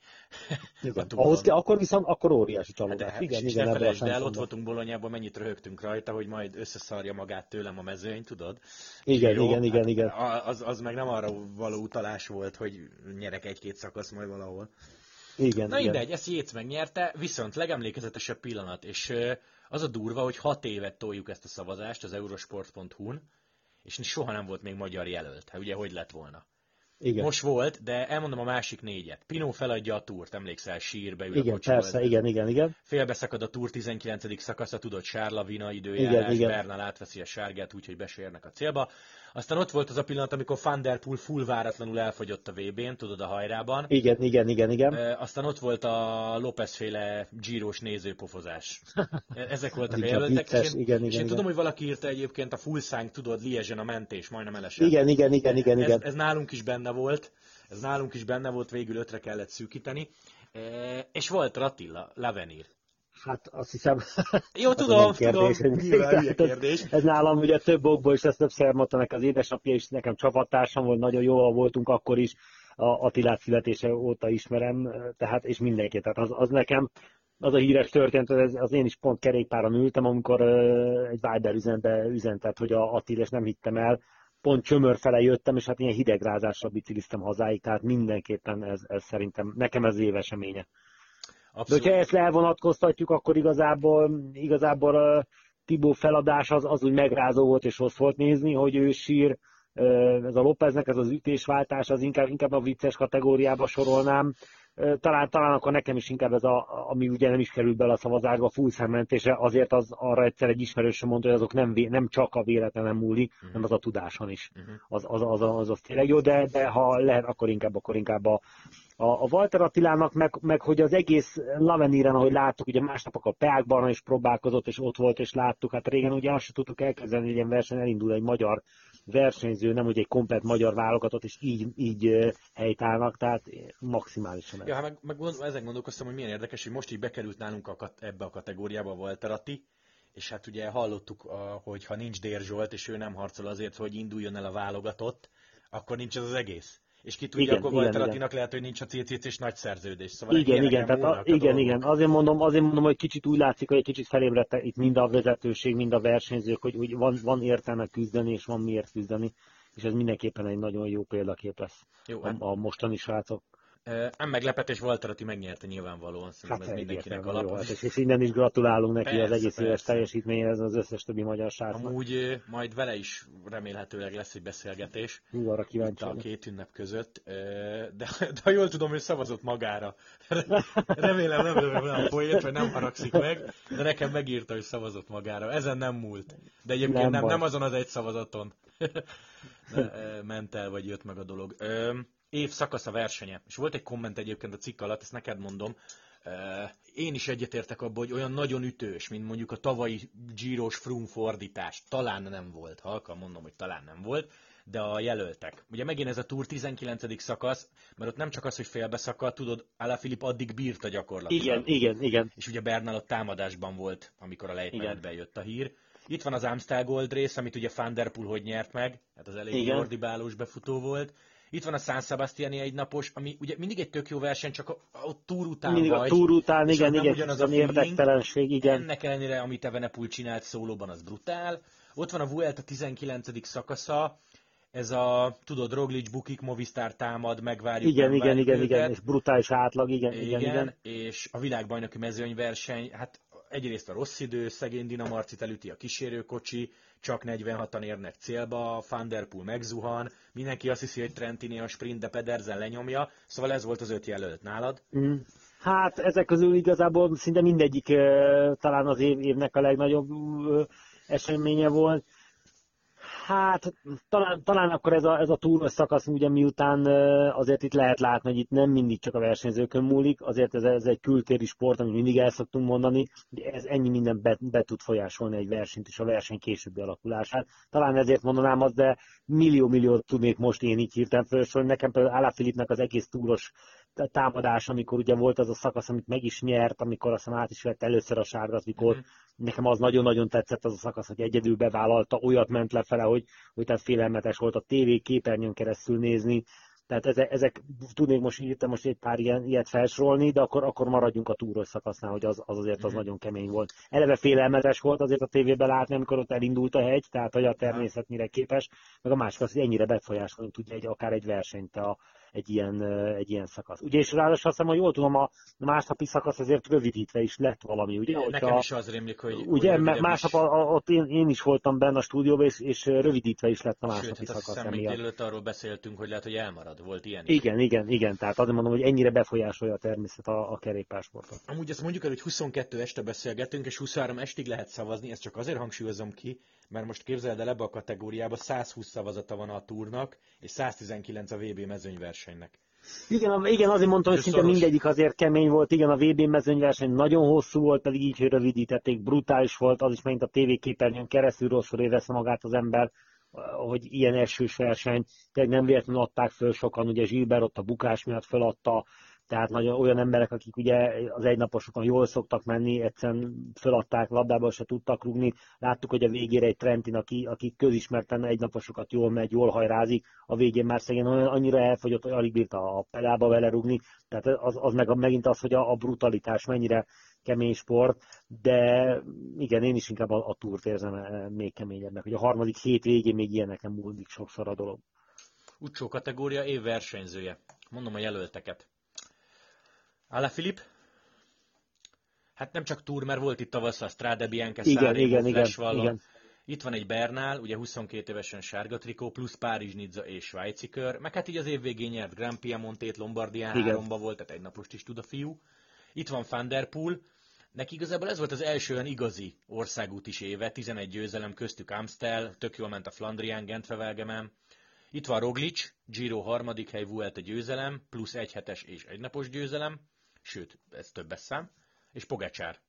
Ahhoz, akkor viszont akkor óriási csalódás. Hát, igen, igen, ne felejtsd el, ott voltunk Bolonyában, mennyit röhögtünk rajta, hogy majd összeszarja magát tőlem a mezőny, tudod? Igen, jó, igen, igen, hát igen. Az, az meg nem arra való utalás volt, hogy nyerek egy-két szakasz majd valahol. Igen, Na igen. mindegy, ezt Yates megnyerte, viszont legemlékezetesebb pillanat, és az a durva, hogy hat évet toljuk ezt a szavazást az eurosport pont hu-n, és soha nem volt még magyar jelölt. Hát ugye, hogy lett volna? Igen. Most volt, de elmondom a másik négyet. Pinot feladja a túrt, emlékszel, sírbe ül igen, a kocsiból. Persze, igen, igen, igen. Félbeszakad a túr tizenkilencedik szakasza, tudod, Sárlavina időjárás, Bernal átveszi a sárgát, úgyhogy besérnek a célba. Aztán ott volt az a pillanat, amikor Van der Poel full váratlanul elfogyott a vé bén, tudod, a hajrában. Igen, igen, igen, igen. E, aztán ott volt a López-féle Giros nézőpofozás. Ezek voltak a jelöltek. Vicces, és én, igen, és igen, én igen. tudom, hogy valaki írta egyébként a Fulszánk, tudod, Liège-en a mentés, majdnem elesett. Igen, igen, igen, igen, igen. Ez, ez nálunk is benne volt. Ez nálunk is benne volt, végül ötre kellett szűkíteni. E, és volt Attila, Lavenir. Hát azt hiszem... Jó, tudom, kérdés, tudom, nyilván kérdés. Ez, ez nálam ugye több okból is, ezt többször mondta nekem az édesapja is, nekem csapattársam volt, nagyon jól voltunk akkor is, a Attilát születése óta ismerem, tehát és mindenki, tehát az, az nekem, az a híres történet, az, az én is pont kerékpáron ültem, amikor uh, egy Viber üzenetbe üzentett, hogy a Attila, és nem hittem el, pont Csömör fele jöttem, és hát ilyen hidegrázással bicikliztem hazáig, tehát mindenképpen ez, ez szerintem, nekem ez év eseménye. Abszolút. De hogyha ezt elvonatkoztatjuk, akkor igazából, igazából uh, Thibaut feladás az, az úgy megrázó volt és rossz volt nézni, hogy ő sír, uh, ez a Lópeznek ez az ütésváltás, az inkább, inkább a vicces kategóriába sorolnám. Uh, talán, talán akkor nekem is inkább ez, a, ami ugye nem is került bele a szavazásba, a fullszemmentésre, azért az arra egyszer egy ismerősöm mondta, hogy azok nem, nem csak a véletlenen múlik, uh-huh. hanem az a tudáson is. Uh-huh. Az, az, az, az, az tényleg jó, de, de ha lehet, akkor inkább, akkor inkább a A, a Walter Attilának, meg, meg hogy az egész Laveniren, ahogy láttuk, ugye másnapok a Peákban is próbálkozott, és ott volt, és láttuk, hát régen ugye azt se tudtuk elkezdeni, hogy ilyen verseny elindul egy magyar versenyző, nem ugye egy komplett magyar válogatott, és így, így helytállnak, tehát maximálisan. Ja, hát meg, meg gond, ezen gondolkoztam, hogy milyen érdekes, hogy most így bekerült nálunk a, ebbe a kategóriába a Walter Atti, és hát ugye hallottuk, hogy ha nincs Dér Zsolt, és ő nem harcol azért, hogy induljon el a válogatott, akkor nincs ez az egész. És ki tudja, igen, akkor Walter igen, Attinak igen. lehet, hogy nincs a cé cé cés nagy szerződés. Szóval igen, igen, tehát a, igen, igen. Azért mondom, azért mondom, hogy kicsit úgy látszik, hogy egy kicsit felébredte itt mind a vezetőség, mind a versenyzők, hogy, hogy van, van értelme küzdeni, és van miért küzdeni. És ez mindenképpen egy nagyon jó példakép lesz jó, a, a mostani srácok. Nem meglepetés, Walter Atti megnyerte nyilvánvalóan, szerintem hát ez mindenkinek alap. Jó, hát és innen is gratulálunk neki persze, az egész éves teljesítményhez, az összes többi magyar srácnak. Amúgy majd vele is remélhetőleg lesz egy beszélgetés. Hú, arra kíváncsi. A két ünnep között, de, de ha jól tudom, ő szavazott magára. Remélem nem lövöm le a poént, vagy nem haragszik meg, de nekem megírta, hogy szavazott magára. Ezen nem múlt. De egyébként nem, nem, nem azon az egy szavazaton ment el, vagy jött meg a dolog. Év szakasz a versenye. És volt egy komment egyébként a cikk alatt, ezt neked mondom. Én is egyetértek abban, hogy olyan nagyon ütős, mint mondjuk a tavalyi Giros Froome fordítás. Talán nem volt, halkan mondom, hogy talán nem volt, de a jelöltek. Ugye megint ez a Tour tizenkilencedik szakasz, mert ott nem csak az, hogy félbeszakadt, tudod, Alaphilippe addig bírta gyakorlatilag. Igen, igen, igen. És ugye Bernal ott támadásban volt, amikor a lejtmenetben jött a hír. Itt van az Amstel Gold Race, amit ugye Van der Poel hogy nyert meg, hát az elég ordibálós befutó volt. Itt van a San Sebastiani egynapos, ami ugye mindig egy tök jó verseny, csak a, a túr után mindig vagy. a túr után, igen, igen, ugyanaz a érdektelenség, igen. Ennek ellenére, amit Evenepoel csinált szólóban, az brutál. Ott van a Vuelta tizenkilencedik szakasza, ez a, tudod, Roglic bukik, Movistar támad, megvárjuk. Igen, igen, igen, igen, és brutális átlag, igen, igen, igen, igen. És a világbajnoki mezőnyverseny, hát egyrészt a rossz idő, szegény Dina Marcit elüti a kísérőkocsi, csak negyvenhatan érnek célba, Van der Poel megzuhan, mindenki azt hiszi, hogy Trentini a sprint, de Pedersen lenyomja, szóval ez volt az öt jelölt nálad. Mm. Hát ezek közül igazából szinte mindegyik talán az év, évnek a legnagyobb eseménye volt. Hát talán, talán akkor ez a, ez a túros szakasz, ugye miután azért itt lehet látni, hogy itt nem mindig csak a versenyzőkön múlik, azért ez, ez egy kültéri sport, amit mindig el szoktunk mondani, hogy ez ennyi minden be, be tud folyásolni egy versenyt és a verseny későbbi alakulását. Talán ezért mondanám azt, de millió-milliót tudnék most én így hirtelen felsorolni. Nekem például Alaphilippe-nek az egész túros támadás, amikor ugye volt az a szakasz, amit meg is nyert, amikor aztán át is vett először a sárgat, mikor mm-hmm. nekem az nagyon-nagyon tetszett az a szakasz, hogy egyedül bevállalta, olyat ment lefele, hogy, hogy tehát félelmetes volt a tévé képernyőn keresztül nézni, tehát ezek, ezek tudnék most írtam most egy pár ilyen, ilyet felsorolni, de akkor, akkor maradjunk a túros szakasznál, hogy az, az azért az mm-hmm. nagyon kemény volt. Eleve félelmetes volt azért a tévében látni, amikor ott elindult a hegy, tehát hogy a természet mire képes, meg a másik az, hogy ennyire befolyásolni tudja egy, akár egy versenyt a, egy ilyen, egy ilyen szakasz. Ugye, és ráadásul azt hiszem, hogy jól tudom, a másnapi szakasz azért rövidítve is lett valami, ugye? É, nekem a, is az rémlik, hogy... Ugye, hogy másnap a, a, ott én, én is voltam benne a stúdióban, és, és rövidítve is lett a másnapi Sőt, szakasz. Sőt, még délőtt arról beszéltünk, hogy lehet, hogy elmarad, volt ilyen is. Igen, igen, igen, tehát azért mondom, hogy ennyire befolyásolja a természet a, a kerékpársportot. Amúgy azt mondjuk el, hogy huszonkettő este beszélgetünk, és huszonhárom estig lehet szavazni, ezt csak azért hangsúlyozom ki, mert most képzeld el, ebbe a kategóriába százhúsz szavazata van a túrnak, és száztizenkilenc a vé bé mezőnyversenynek. Igen, igen, azért mondtam, hogy szinte mindegyik azért kemény volt. Igen, a vé bé mezőnyverseny nagyon hosszú volt, pedig így, hogy rövidítették, brutális volt, az is megint a tévéképernyőn keresztül rosszul érezte magát az ember, hogy ilyen esős verseny. Tehát nem véletlenül adták föl sokan, ugye Gilbert ott a bukás miatt föladta, tehát nagyon olyan emberek, akik ugye az egynaposokon jól szoktak menni, egyszerűen föladták, labdából se tudtak rúgni. Láttuk, hogy a végére egy Trentin, aki, aki közismerten egynaposokat jól megy, jól hajrázik, a végén már szegény annyira elfogyott, hogy alig bírta a pedálba vele rúgni. Tehát az, az meg megint az, hogy a, a brutalitás mennyire kemény sport, de igen, én is inkább a, a túrt érzem még keményebbnek, hogy a harmadik hét végén még ilyenek nem múlik sokszor a dolog. Utcsó kategória év versenyzője. Mondom a jelölteket. Alaphilippe? Hát nem csak túr, mert volt itt tavasszal Strade Bianche, Száréko, Flashvallon. Itt van egy Bernal, ugye huszonkét évesen sárga trikó, plusz Párizs, Nizza és svájci kör. Meg hát így az év végén nyert Grand Piemontét, Lombardián háromba volt, tehát egy napost is tud a fiú. Itt van Van der Poel. Neki igazából ez volt az első olyan igazi országútis éve, tizenegy győzelem, köztük Amstel, tök jól ment a Flandrián, Gent-Wevelgem. Itt van Roglic, Giro harmadik hely, Vuelta győzelem, plusz egy hetes és egy napos győzelem, sőt, ez többes szám, és Pogačar,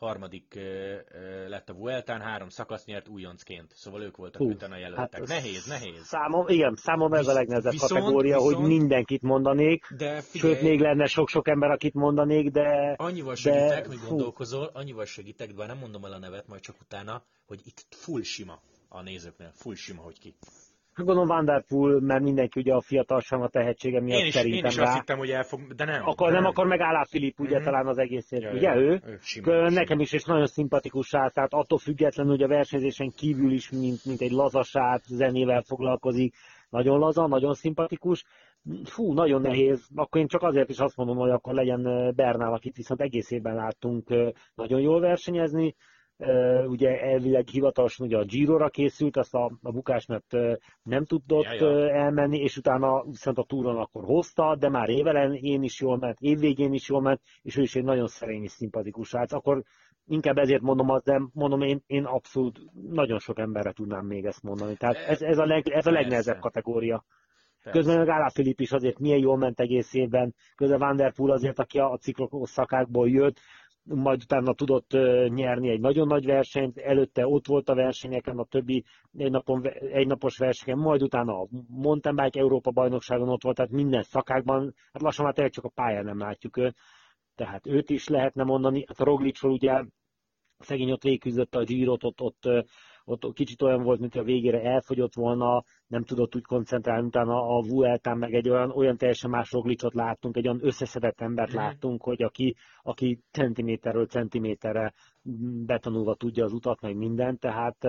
harmadik lett a Vueltán, három szakasz nyert újoncként. Szóval ők voltak Hú, utána jelöltek. Hát nehéz, nehéz. Számom, igen, számomra ez a legnehezebb viszont, kategória, viszont, hogy mindenkit mondanék, de figyelj, sőt, még lenne sok-sok ember, akit mondanék, de... Annyival segítek, de, hogy gondolkozol, annyival segítek, de nem mondom el a nevet, majd csak utána, hogy itt full sima a nézőknél, full sima, hogy ki. Gondolom Van der Poel, mert mindenki ugye a fiatalság, a tehetsége miatt én is, szerintem én is rá. azt hittem, hogy el fog, de nem. Akkor nem, nem. akar meg Alaphilippe, ugye Mm-hmm. talán az egészért, ja, ugye ja, ő? ő sima, Nekem sima. is, és nagyon szimpatikus srác, tehát attól függetlenül, hogy a versenyzésen kívül is, mint, mint egy lazasát, zenével foglalkozik, nagyon laza, nagyon szimpatikus. Fú, nagyon nehéz. Akkor én csak azért is azt mondom, hogy akkor legyen Bernál, akit viszont egész évben láttunk nagyon jól versenyezni. Uh, ugye elvileg hivatalosan ugye a Giro-ra készült, azt a, a bukás miatt uh, nem tudott ja, ja. Uh, elmenni, és utána viszont a túron akkor hozta, de már évelején is jól ment, évvégén is jól ment, és ő is egy nagyon szerény és szimpatikus srác. Akkor inkább ezért mondom azt, de mondom én, én abszolút nagyon sok emberre tudnám még ezt mondani. Tehát ez, ez, a, leg, ez a legnehezebb kategória. Persze. Közben meg Alaphilippe is azért milyen jól ment egész évben, közben Van der Poel azért, aki a, a ciklokos szakákból jött, majd utána tudott uh, nyerni egy nagyon nagy versenyt, előtte ott volt a versenyeken, a többi egynapon, egynapos versenyeken, majd utána a mountain bike Európa bajnokságon ott volt, tehát minden szakákban, hát lassan már tényleg csak a pályán nem látjuk őt, tehát őt is lehetne mondani, hát a Roglicsról ugye szegény ott végigküzdött a Girot, ott, ott, ott kicsit olyan volt, mint a végére elfogyott volna, nem tudott úgy koncentrálni, utána a Vueltán meg egy olyan, olyan teljesen más Roglicot láttunk, egy olyan összeszedett embert láttunk, hogy aki, aki centiméterről centiméterre betanulva tudja az utat, meg mindent, tehát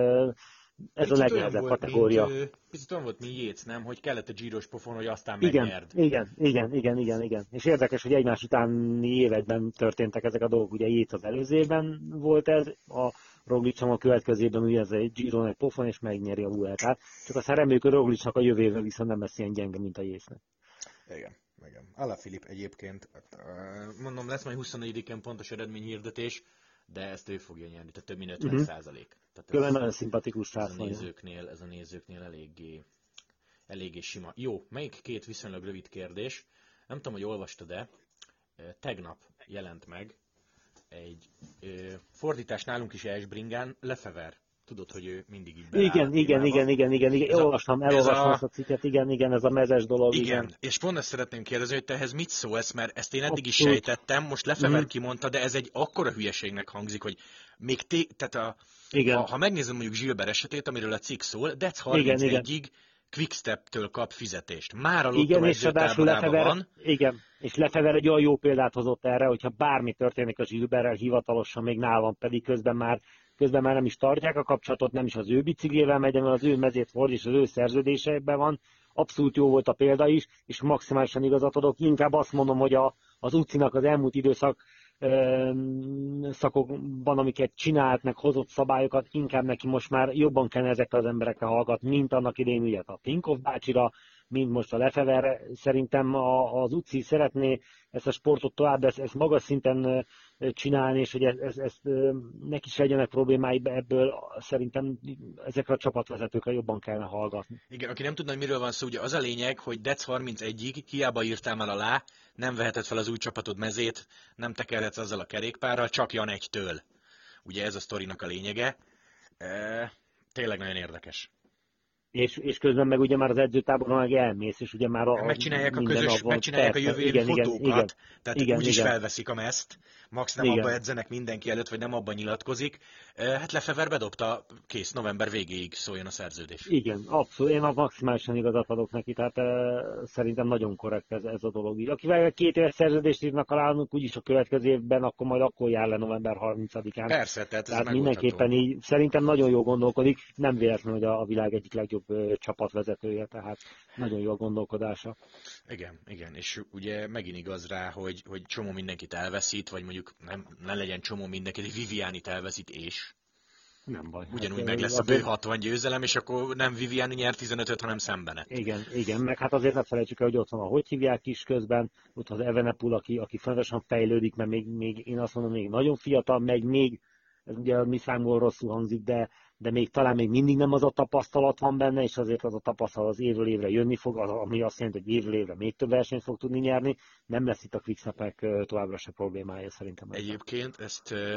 ez picit a legnehezebb kategória. Mint, picit olyan volt, mint Jéz, nem? Hogy kellett a Giros pofon, hogy aztán megnyerd. Igen, igen, igen, igen, igen. És érdekes, hogy egymás utáni években történtek ezek a dolgok. Ugye Jéz az előző évben volt ez, a Roglic a következőben ugye ez egy Giron egy pofon, és megnyeri a Vueltát. Csak aztán reméljük, hogy Roglicnak a jövőben viszont nem lesz ilyen gyenge, mint a Jéznek. Igen, igen. Alaphilippe egyébként, mondom, lesz majd huszonnégyedikén pontos eredményhirdetés, de ezt ő fogja nyerni, tehát több mint ötven százalék. Uh-huh. Különben nagyon szimpatikus srác. Ez a nézőknél, ez a nézőknél eléggé, eléggé sima. Jó, melyik két viszonylag rövid kérdés? Nem tudom, hogy olvastad-e, tegnap jelent meg egy ö, fordítás nálunk is Esbringán, Lefever. Tudod, hogy ő mindig így beáll. Igen, igen, igen, igen, igen, igen. Olvastam, elolvastam ezt a cikket, igen, igen, ez a mezes dolog. Igen, igen. És pont ezt szeretném kérdezni, hogy te ehhez mit szólsz, mert ezt én eddig is sejtettem, most Lefever mm. kimondta, de ez egy akkora hülyeségnek hangzik, hogy még té, tehát a, igen. Ha, ha megnézem mondjuk Gilbert esetét, amiről a cikk szól, Dec harmincegyig Quickstep-től kap fizetést. Már a Lotto edzőtáborában van. Igen, és Lefever egy olyan jó példát hozott erre, hogyha bármi történik a Gilbertrel hivatalosan, még nálam pedig közben már közben már nem is tartják a kapcsolatot, nem is az ő biciklével megy, mert az ő mezét ford, és az ő szerződéseiben van. Abszolút jó volt a példa is, és maximálisan igazat adok. Inkább azt mondom, hogy a, az Ucinak az elmúlt időszak ö, szakokban, amiket csinált, meg hozott szabályokat, inkább neki most már jobban kell ezekre az emberekre hallgatni, mint annak idején ugye a Tinkoff bácsira, mint most a Lefeverre. Szerintem a, az Uci szeretné ezt a sportot tovább, ezt, ezt magas szinten csinálni, és hogy ez, ez, ez, neki is legyenek problémái, ebből szerintem ezekre a csapatvezetőkre jobban kellene hallgatni. Igen, aki nem tudna, hogy miről van szó, ugye az a lényeg, hogy Dec harmincegyig hiába írtál már alá, nem veheted fel az új csapatod mezét, nem tekerhetsz azzal a kerékpárral, csak Jan egytől. Ugye ez a sztorinak a lényege. E, tényleg nagyon érdekes. És, és közben meg ugye már az edzőtáborban meg elmész, és ugye már a... Megcsinálják a közös, megcsinálják persze, a jövő évi igen, fotókat, igen, tehát igen, úgyis igen. felveszik a mezt, max nem igen. abba edzenek mindenki előtt, vagy nem abban nyilatkozik. Hát Lefever bedobta, kész, november végéig szóljon a szerződés. Igen, abszolút, én a maximálisan igazat adok neki, tehát uh, szerintem nagyon korrekt ez, ez a dolog. Akivel két éves szerződést írnak alánunk, úgyis a következő évben, akkor majd akkor jár le november harmincadikán. Persze, tehát ez tehát mindenképpen így, szerintem nagyon jól gondolkodik, nem véletlen, hogy a, a világ egyik legjobb csapatvezetője, tehát nagyon jó a gondolkodása. Igen, igen, és ugye megint igaz rá, hogy, hogy csomó mindenkit elveszít, vagy mondjuk nem, ne legyen csomó mindenkit, egy Vivianit elveszít, és nem baj. ugyanúgy hát, meg lesz a bő hatvan győzelem, és akkor nem Viviani nyer tizenötöt, hanem Szembenet. Igen, igen, meg hát azért ne felejtsük el, hogy ott van a hogy hívják is közben, ott az Evenepoel, aki, aki fontosan fejlődik, mert még, még, én azt mondom, még nagyon fiatal, meg még, ez ugye a mi számból rosszul hangzik, de de még talán még mindig nem az a tapasztalat van benne, és azért az a tapasztalat az évről évre jönni fog, az, ami azt jelenti, hogy évről évre még több versenyt fog tudni nyerni. Nem lesz itt a Quickstep-ek továbbra se problémája szerintem. Egyébként ezt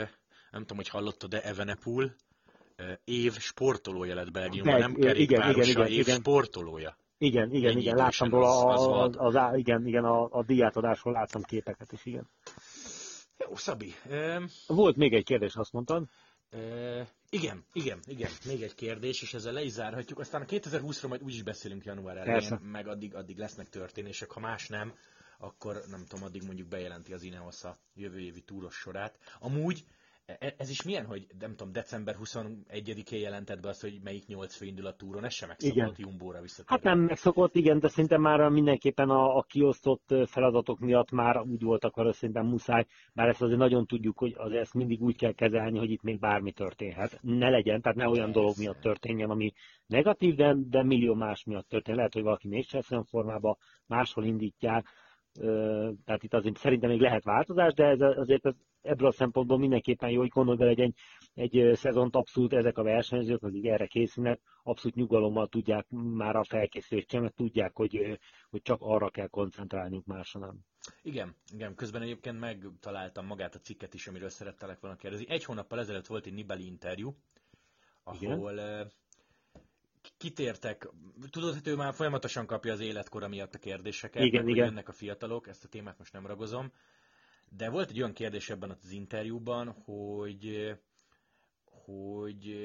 nem tudom, hogy hallottad, de Evenepoel év sportolója lett Belgiumban, Meg, nem igen, kerékpárosa, igen, év igen. sportolója. Igen, igen, Ennyi igen, idősen, láttam róla az, az a, vad. az, az, igen, igen, a, a díjátadásról láttam képeket is, igen. Jó, Szabi. Um, Volt még egy kérdés, azt mondtad? Uh, igen, igen, igen, még egy kérdés, és ezzel le is zárhatjuk. Aztán a kétezer-húszról majd úgyis beszélünk január elején, Persze. meg addig, addig lesznek történések. Ha más nem, akkor nem tudom, addig mondjuk bejelenti az Ineos a jövő évi túros sorát. Amúgy ez is milyen, hogy nem tudom, december huszonegyedikén jelentett be azt, hogy melyik nyolc fő indul a túron, ez sem megszokott Jumbóra visszatérni. Hát nem megszokott, igen, de szerintem már mindenképpen a, a kiosztott feladatok miatt már úgy voltak, hogy szerintem muszáj, bár ezt azért nagyon tudjuk, hogy azért ezt mindig úgy kell kezelni, hogy itt még bármi történhet. Ne legyen, tehát ne olyan dolog miatt történjen, ami negatív, de, de millió más miatt történjen. Lehet, hogy valaki mégsem olyan formában máshol indítják, tehát itt azért szerintem még lehet változás, de ez azért ez, ebből a szempontból mindenképpen jó, hogy gondolj bele, egy, egy szezont abszolút ezek a versenyzők, akik erre készülnek, abszolút nyugalommal tudják már a felkészülést sem, mert tudják, hogy, hogy csak arra kell koncentrálniuk, másra nem. Igen, igen, közben egyébként megtaláltam magát a cikket is, amiről szerettelek volna kérdezni. Egy hónappal ezelőtt volt egy Nibali interjú, ahol igen? kitértek, tudod, hogy ő már folyamatosan kapja az életkora miatt a kérdéseket, igen, meg, igen. hogy jönnek a fiatalok, ezt a témát most nem ragozom, de volt egy olyan kérdés ebben az interjúban, hogy hogy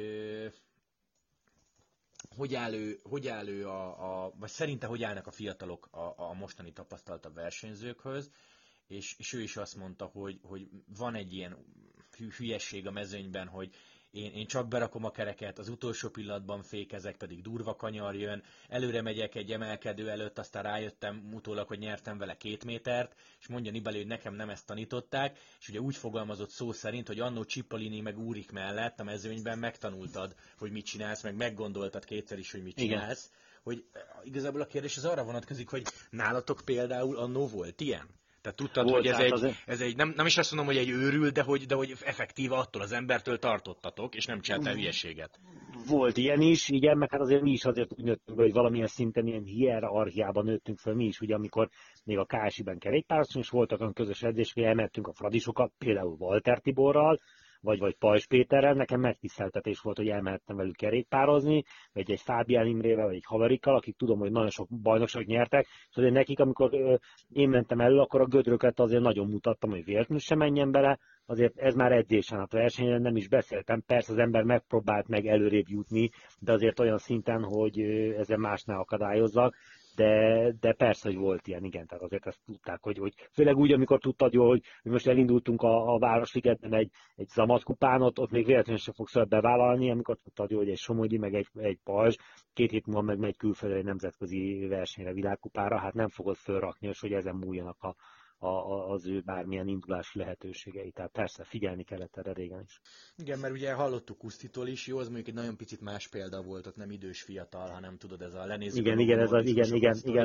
hogy áll ő, hogy áll ő a, a, vagy szerinte hogy állnak a fiatalok a, a mostani tapasztaltabb versenyzőkhöz, és, és ő is azt mondta, hogy, hogy van egy ilyen hülyesség a mezőnyben, hogy Én, én csak berakom a kereket, az utolsó pillanatban fékezek, pedig durva kanyar jön, előre megyek egy emelkedő előtt, aztán rájöttem utólag, hogy nyertem vele két métert, és mondja Nibali, hogy nekem nem ezt tanították, és ugye úgy fogalmazott szó szerint, hogy annó Cipollini meg Úrik mellett a mezőnyben megtanultad, hogy mit csinálsz, meg meggondoltad kétszer is, hogy mit csinálsz. Igen. Hogy igazából a kérdés az arra vonatkozik, hogy nálatok például annó volt ilyen? Tehát tudtad, volt, hogy ez egy, azért... ez egy nem, nem is azt mondom, hogy egy őrült, de hogy, de hogy effektíve attól az embertől tartottatok, és nem csináltál hülyeséget. Volt ilyen is, igen, meg hát azért mi is azért úgy nőttünk be, hogy valamilyen szinten ilyen hierarchiában nőttünk fel mi is, ugye amikor még a ká es i-ben kerékpároztunk, és voltak olyan közös edzések, hogy elmentünk a fradisokat, például Walter Tiborral, vagy, vagy Pajs Péterrel, nekem megtiszteltetés volt, hogy elmehettem velük kerékpározni, vagy egy Fábián Imrével, vagy egy haverikkal, akik tudom, hogy nagyon sok bajnokságot nyertek, és azért nekik, amikor ö, én mentem elő, akkor a gödröket azért nagyon mutattam, hogy véletlenül sem menjen bele, azért ez már edzésen, hát versenyen nem is beszéltem, persze az ember megpróbált meg előrébb jutni, de azért olyan szinten, hogy ö, ezzel más ne akadályozzak, De, de persze, hogy volt ilyen, igen, tehát azért ezt tudták, hogy, hogy főleg úgy, amikor tudtad jól, hogy, hogy most elindultunk a, a Városligetben egy, egy Zamatkupán, ott, ott még véletlenül sem fogsz bevállalni, amikor tudtad jól, hogy egy Somogyi, meg egy, egy Pajzs, két hét múlva meg megy külföldre egy nemzetközi versenyre, világkupára, hát nem fogod fölrakni, és hogy ezen múljanak a, a, az ő bármilyen indulási lehetőségei. Tehát persze figyelni kellett erre régen is. Igen, mert ugye hallottuk Kusztitól is, jó, az mondjuk egy nagyon picit más példa volt, ott nem idős fiatal, hanem tudod, ez a lenézzük. Igen, igen, ez az, igen, igen, igen.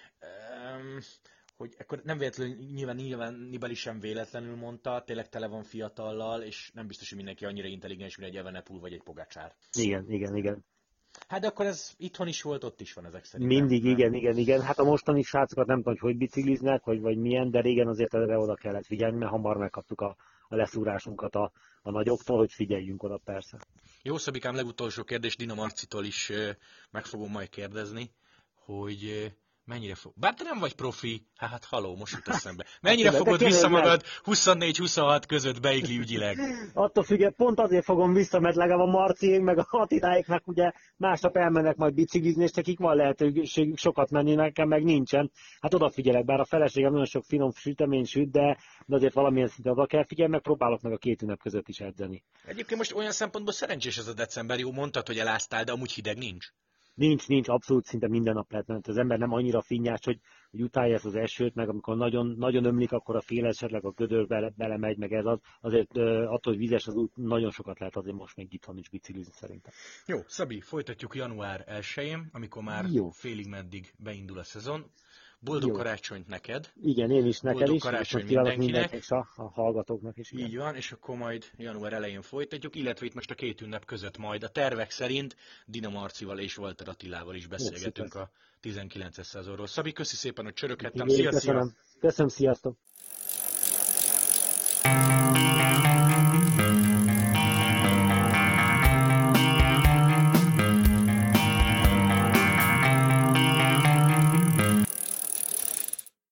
Um, hogy akkor nem véletlenül, nyilván, nyilván Nibali sem véletlenül mondta, tényleg tele van fiatallal, és nem biztos, hogy mindenki annyira intelligens, mint egy Evenepoel vagy egy Pogačar. Igen, igen, igen. Hát de akkor ez itthon is volt, ott is van ezek szerint. Mindig, nem? igen, igen, igen. Hát a mostani srácokat nem tudom, hogy hogy bicikliznek, vagy, vagy milyen, de régen azért erre oda kellett figyelni, mert hamar megkaptuk a, a leszúrásunkat a, a nagyoktól, hogy figyeljünk oda persze. Jó, Szabikám, legutolsó kérdés, Dina Marcitól is meg fogom majd kérdezni, hogy mennyire fog... Bár te nem vagy profi, hát haló, most jut eszembe. Mennyire fogod vissza magad huszonnégy huszonhat között beigli ügyileg? Attól függ, pont azért fogom vissza, mert legalább a Marciék, meg a Attiláéknak ugye másnap elmennek majd biciklizni, és nekik van lehetőségük sokat menni, nekem meg nincsen. Hát odafigyelek, bár a feleségem nagyon sok finom sütemény süt, de, de azért valamilyen szinten oda kell figyelni, meg próbálok meg a két ünnep között is edzeni. Egyébként most olyan szempontból szerencsés ez a december, jó, mondtad, hogy eláztál, de amúgy hideg nincs. Nincs, nincs, abszolút szinte minden nap lehet, mert az ember nem annyira finnyás, hogy, hogy utálja ezt az esőt, meg amikor nagyon, nagyon ömlik, akkor a fél esetleg a gödör bele, belemegy, meg ez az. Azért attól, hogy vizes az út, nagyon sokat lehet azért most még itthon is biciklizni szerintem. Jó, Szabi, folytatjuk január elsején, amikor már Jó. félig meddig beindul a szezon. Boldog Jó. karácsonyt neked. Igen, én is neked Boldog is. karácsony mindenkinek. mindenkinek. És a, a hallgatóknak is. Igen. Így van, és akkor majd január elején folytatjuk, illetve itt most a két ünnep között majd a tervek szerint Dina Marcival és Walter Attilával is beszélgetünk Jó, a tizenkilences szezonról. Szabi, köszi szépen, hogy csöröghettem. Szia, köszönöm. szia! Köszönöm, sziasztok!